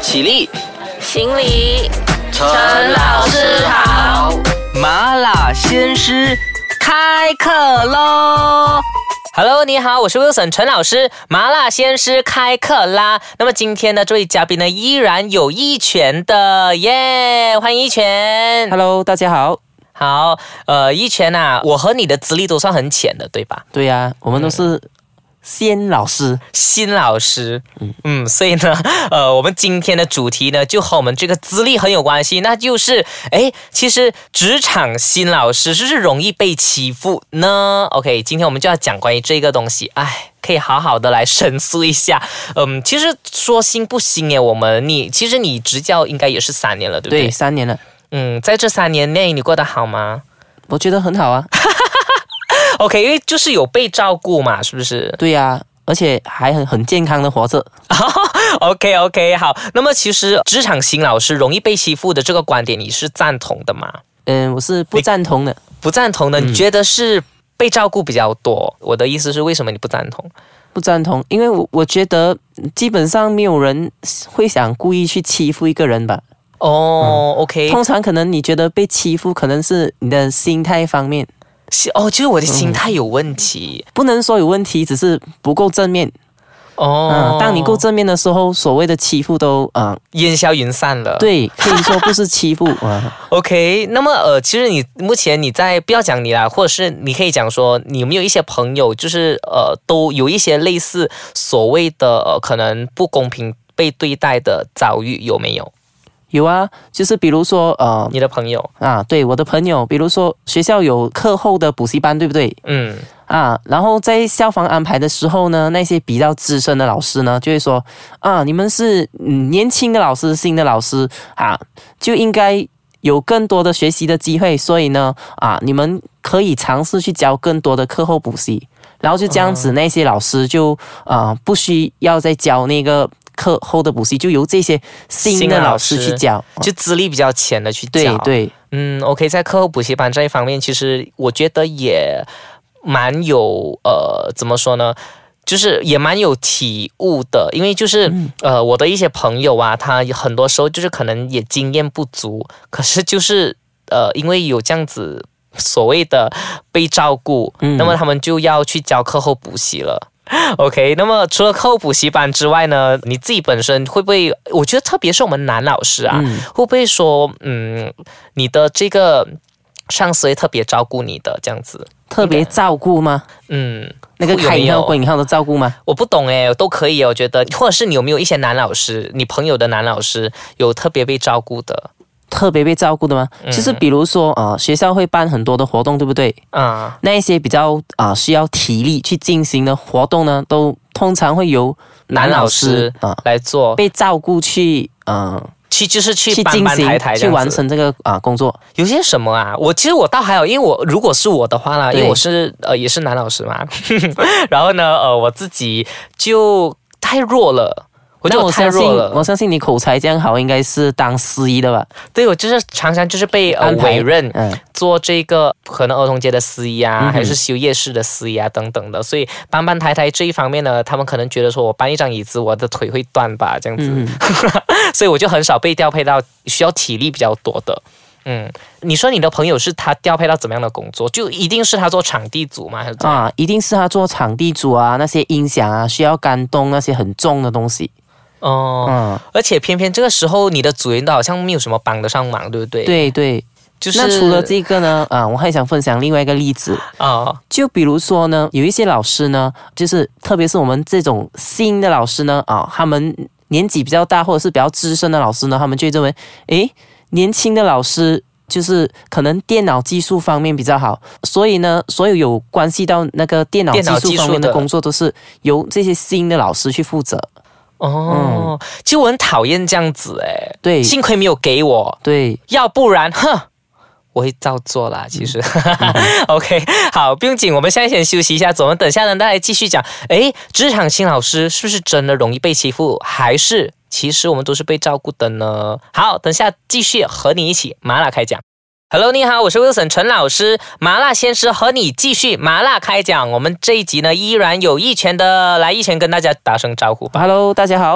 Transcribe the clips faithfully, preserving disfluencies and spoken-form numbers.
起立， 行礼， 陈老师好。 麻辣鲜师开课喽！ Hello， 你好，我是 Wilson 陈老师，麻辣鲜师开课啦。那么今天呢，这位嘉宾呢依然有一拳的耶， yeah, 欢迎一拳。 Hello， 大家好。 好，呃，一拳啊，我和你的资历都算很浅的，对吧？ 对呀、啊，我们都是新老师， 新老师，嗯嗯，所以呢，呃，我们今天的主题呢，就和我们这个资历很有关系，那就是，哎，其实职场新老师是不是容易被欺负呢 ？OK， 今天我们就要讲关于这个东西，哎。可以好好的来申诉一下，嗯，其实说新不新耶，我们你其实你执教应该也是三年了，对不对？ 对，三年了。 嗯，在这三年内你过得好吗？ 我觉得很好啊。 OK， 因为就是有被照顾嘛，是不是？ 对呀、啊，而且还很很健康的活着。 OK OK， 好。那么其实职场新老师容易被欺负的这个观点，你是赞同的吗？ 嗯，我是不赞同的。 不赞同的，你觉得是被照顾比较多？我的意思是，为什么你不赞同？ 不赞同，因为我我觉得基本上没有人会想故意去欺负一个人吧。 哦、嗯、，OK。 通常可能你觉得被欺负，可能是你的心态方面。 哦，就是我的心态有问题、嗯， 不能说有问题，只是不够正面。 哦、 嗯，当你够正面的时候，所谓的欺负都嗯烟消云散了。 对，可以说不是欺负。嗯、 OK， 那么呃，其实你目前你在不要讲你啦，或者是你可以讲说，你有没有一些朋友，就是呃，都有一些类似所谓的呃，可能不公平被对待的遭遇，有没有？ 有啊，就是比如说呃， 你的朋友啊，对，我的朋友，比如说学校有课后的补习班，对不对？ 嗯。 啊，然后在校方安排的时候呢，那些比较资深的老师呢，就会说啊，你们是嗯年轻的老师、新的老师啊，就应该有更多的学习的机会，所以呢，啊，你们可以尝试去教更多的课后补习，然后就这样子，那些老师就啊不需要再教那个课后的补习，就由这些新的老师去教， 就资历比较浅的去教。 对对， 嗯 ，OK， 在课后补习班这一方面，其实我觉得也蛮有呃，怎么说呢？就是也蛮有体悟的，因为就是、嗯、呃，我的一些朋友啊，他很多时候就是可能也经验不足，可是就是呃，因为有这样子所谓的被照顾，嗯、那么他们就要去教课后补习了。OK， 那么除了课后补习班之外呢，你自己本身会不会？我觉得特别是我们男老师啊，嗯、会不会说，嗯，你的这个上司会特别照顾你的这样子？ 特别照顾吗？ 嗯， 那个开引号关引号的照顾吗？ 我不懂诶，都可以，我觉得，或者是你有没有一些男老师，你朋友的男老师有特别被照顾的？ 特别被照顾的吗？嗯、就是比如说啊、呃，学校会办很多的活动，对不对？啊、嗯，那一些比较啊、呃、需要体力去进行的活动呢，都通常会由男老师啊、呃、 来做， 被照顾去嗯。呃去就是去搬搬抬抬去完成这个啊、呃、工作。 有些什么啊？我其实我倒还好，因为我如果是我的话啦，因为我是呃也是男老师嘛，然后呢呃我自己就太弱了。我觉得我太弱了。 我相信你口才这样好，应该是当司仪的吧？ 对，我就是常常就是被呃委任、嗯、做这个可能儿童节的司仪啊，嗯、还是修夜市的司仪啊等等的。所以搬搬抬抬这一方面呢，他们可能觉得说我搬一张椅子，我的腿会断吧，这样子。嗯、所以我就很少被调配到需要体力比较多的。嗯，你说你的朋友是他调配到怎么样的工作？就一定是他做场地组吗？还是啊，一定是他做场地组啊，那些音响啊，需要干动那些很重的东西。 哦，嗯，而且偏偏这个时候你的组员都好像没有什么帮得上忙，对不对？ 对对，就是那除了这个呢，啊，我还想分享另外一个例子啊，哦、就比如说呢，有一些老师呢，就是特别是我们这种新的老师呢，啊，他们年纪比较大或者是比较资深的老师呢，他们就认为，诶，年轻的老师就是可能电脑技术方面比较好，所以呢，所有有关系到那个电脑技术方面的工作都是由这些新的老师去负责。 哦，嗯、其实我很讨厌这样子诶， 对， 幸亏没有给我， 对， 要不然，哼，我会照做啦。其实、嗯、，OK， 好，不用紧，我们现在先休息一下，我们等下呢，再来继续讲。诶，职场新老师是不是真的容易被欺负，还是其实我们都是被照顾的呢？好，等下继续和你一起麻辣开讲。Hello， 你好，我是 Wilson 陈老师，麻辣鲜师和你继续麻辣开讲。我们这一集呢，依然有一拳的，来一拳跟大家打声招呼吧。 Hello， 大家好。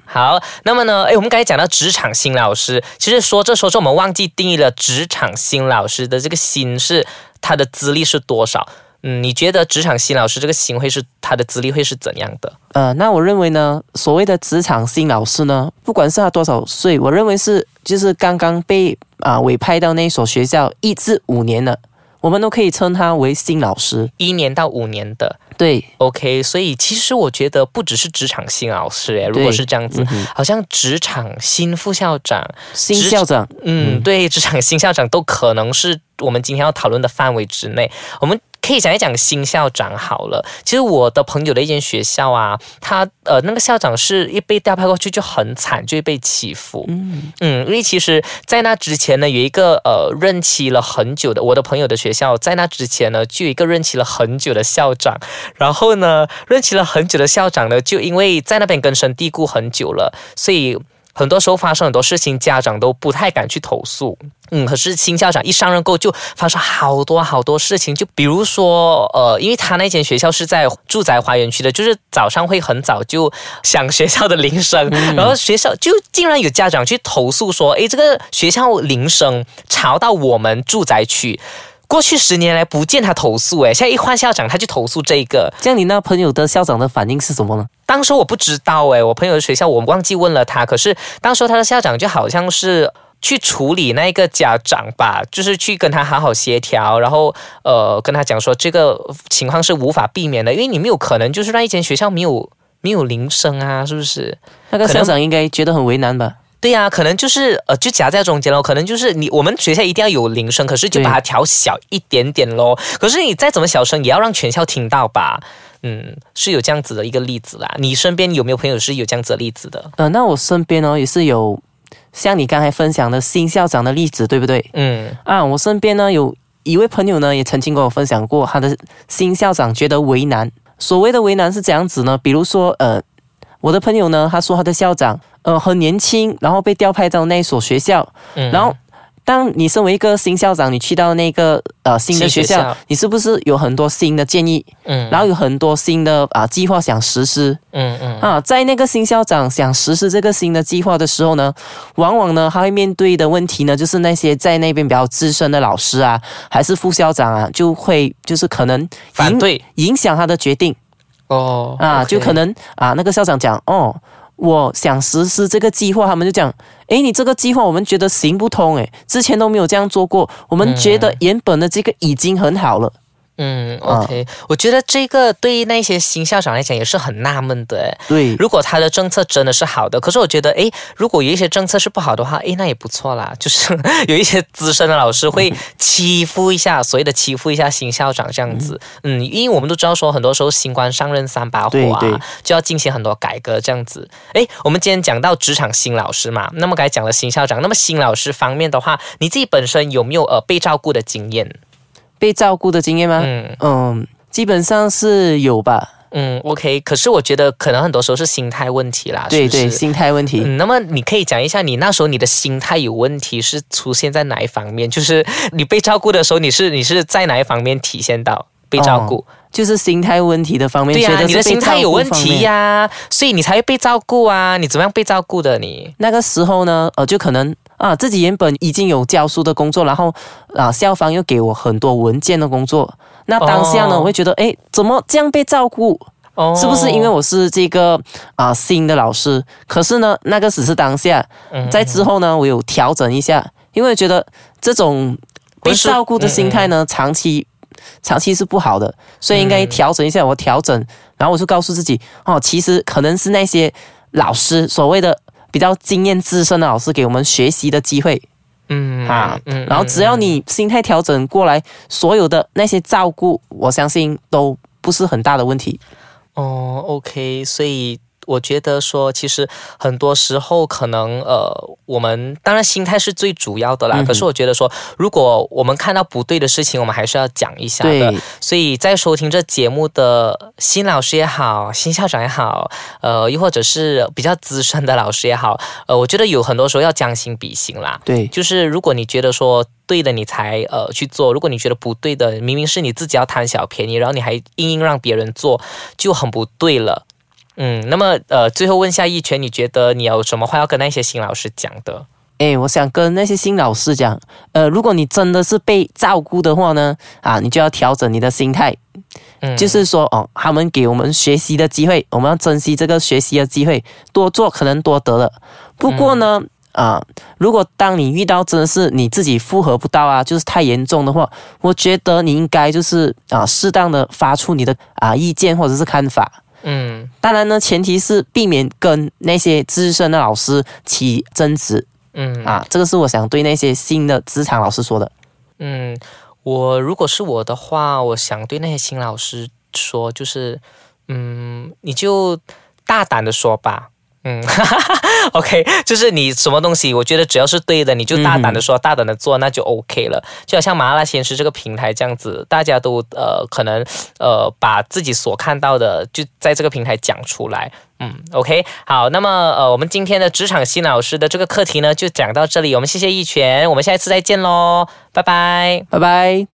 好，那么呢，哎，我们刚才讲到职场新老师，其实说着说着，我们忘记定义了职场新老师的这个新是他的资历是多少？嗯，你觉得职场新老师这个新会是他的资历会是怎样的？ 呃，那我认为呢，所谓的职场新老师呢，不管是他多少岁，我认为是就是刚刚被啊、呃、委派到那所学校一至五年的，我们都可以称他为新老师， 一年到五年的。 对 ，OK， 所以其实我觉得不只是职场新老师，诶，如果是这样子，嗯、好像职场新副校长、 新校长， 嗯，嗯对，职场新校长都可能是我们今天要讨论的范围之内。我们可以讲一讲新校长好了。其实我的朋友的一间学校啊，他呃那个校长是一被调派过去就很惨，就会被欺负。嗯嗯，因为其实在那之前呢，有一个呃任期了很久的我的朋友的学校，在那之前呢，就有一个任期了很久的校长。然后呢，任期了很久的校长呢，就因为在那边根深蒂固很久了，所以很多时候发生很多事情，家长都不太敢去投诉。嗯，可是新校长一上任后就发生好多好多事情，就比如说，呃，因为他那间学校是在住宅花园区的，就是早上会很早就响学校的铃声，嗯、然后学校就竟然有家长去投诉说，诶，这个学校铃声吵到我们住宅区。过去十年来不见他投诉，诶，现在一换校长他就投诉这个。 这样你那朋友的校长的反应是什么呢？ 当时我不知道，诶，我朋友的学校我忘记问了他，可是当时他的校长就好像是去处理那个家长吧，就是去跟他好好协调，然后呃跟他讲说这个情况是无法避免的，因为你没有可能就是让一间学校没有没有铃声啊，是不是？ 那个校长应该觉得很为难吧？ 对呀、啊，可能就是呃，就夹在中间咯。可能就是你我们学校一定要有铃声，可是就把它调小一点点咯。可是你再怎么小声，也要让全校听到吧？嗯，是有这样子的一个例子啦。你身边有没有朋友是有这样子的例子的？ 呃，那我身边呢也是有像你刚才分享的新校长的例子，对不对？嗯啊，我身边呢有一位朋友呢也曾经跟我分享过，他的新校长觉得为难。所谓的为难是这样子呢，比如说呃，我的朋友呢，他说他的校长。呃，很年轻，然后被调派到那所学校，嗯、然后当你身为一个新校长，你去到那个呃新的学校，学校你是不是有很多新的建议？嗯，然后有很多新的啊、呃、计划想实施？嗯嗯啊，在那个新校长想实施这个新的计划的时候呢，往往呢他会面对的问题呢，就是那些在那边比较资深的老师啊，还是副校长啊，就会就是可能反对影响他的决定。哦啊， okay. 就可能啊那个校长讲哦。我想实施这个计划，他们就讲，诶，你这个计划我们觉得行不通，诶，之前都没有这样做过，我们觉得原本的这个已经很好了。 嗯 ，OK，、啊、我觉得这个对于那些新校长来讲也是很纳闷的，诶。 对， 如果他的政策真的是好的，可是我觉得，诶，如果有一些政策是不好的话，诶，那也不错啦。就是有一些资深的老师会欺负一下，所谓的欺负一下新校长这样子。嗯，因为我们都知道说，很多时候新官上任三把火啊， 对对就要进行很多改革这样子。诶，我们今天讲到职场新老师嘛，那么刚才讲了新校长，那么新老师方面的话，你自己本身有没有呃被照顾的经验？ 被照顾的经验吗？嗯嗯，基本上是有吧。 嗯 ，OK， 可是我觉得可能很多时候是心态问题啦， 对是不是？ 对，心态问题、 嗯。那么你可以讲一下，你那时候你的心态有问题是出现在哪一方面？就是你被照顾的时候，你是你是在哪一方面体现到被照顾？哦、 就是心态问题的方面。 对呀、啊，你的心态有问题呀、 啊， 所以你才会被照顾啊。你怎么样被照顾的你？ 那个时候呢，呃，就可能。啊，自己原本已经有教书的工作，然后啊，校方又给我很多文件的工作。那当下呢， oh. 我会觉得，哎，怎么这样被照顾？哦， oh. 是不是因为我是这个啊新的老师？可是呢，那个只是当下，在之后呢，我有调整一下，因为觉得这种被照顾的心态呢，长期长期是不好的，所以应该调整一下。我调整，然后我就告诉自己，哦，其实可能是那些老师所谓的。比较经验资深的老师给我们学习的机会，嗯啊，嗯，然后只要你心态调整过来，所有的那些照顾，我相信都不是很大的问题。 哦 ，OK， 所以我觉得说，其实很多时候可能呃，我们当然心态是最主要的啦。嗯、可是我觉得说，如果我们看到不对的事情，我们还是要讲一下的。 对， 所以在收听这节目的新老师也好，新校长也好，呃，又或者是比较资深的老师也好，呃，我觉得有很多时候要将心比心啦。 对， 就是如果你觉得说对的，你才呃去做；如果你觉得不对的，明明是你自己要贪小便宜，然后你还硬硬让别人做，就很不对了。 嗯，那么呃，最后问下一圈，你觉得你有什么话要跟那些新老师讲的？ 哎，我想跟那些新老师讲，呃，如果你真的是被照顾的话呢，啊，你就要调整你的心态，嗯，就是说哦，他们给我们学习的机会，我们要珍惜这个学习的机会，多做可能多得了。不过呢，嗯、啊，如果当你遇到真的是你自己负荷不到啊，就是太严重的话，我觉得你应该就是啊，适当的发出你的啊意见或者是看法。嗯，当然呢，前提是避免跟那些资深的老师起争执。嗯啊，这个是我想对那些新的职场老师说的。 嗯，我如果是我的话，我想对那些新老师说，就是嗯，你就大胆的说吧。嗯，OK， 就是你什么东西，我觉得只要是对的，你就大胆的说，嗯、大胆的做，那就 OK 了。就好像麻辣鲜师这个平台这样子，大家都呃可能呃把自己所看到的就在这个平台讲出来。嗯 ，OK， 好，那么呃我们今天的职场新老师的这个课题呢，就讲到这里，我们谢谢一拳，我们下一次再见喽，拜拜， 拜拜。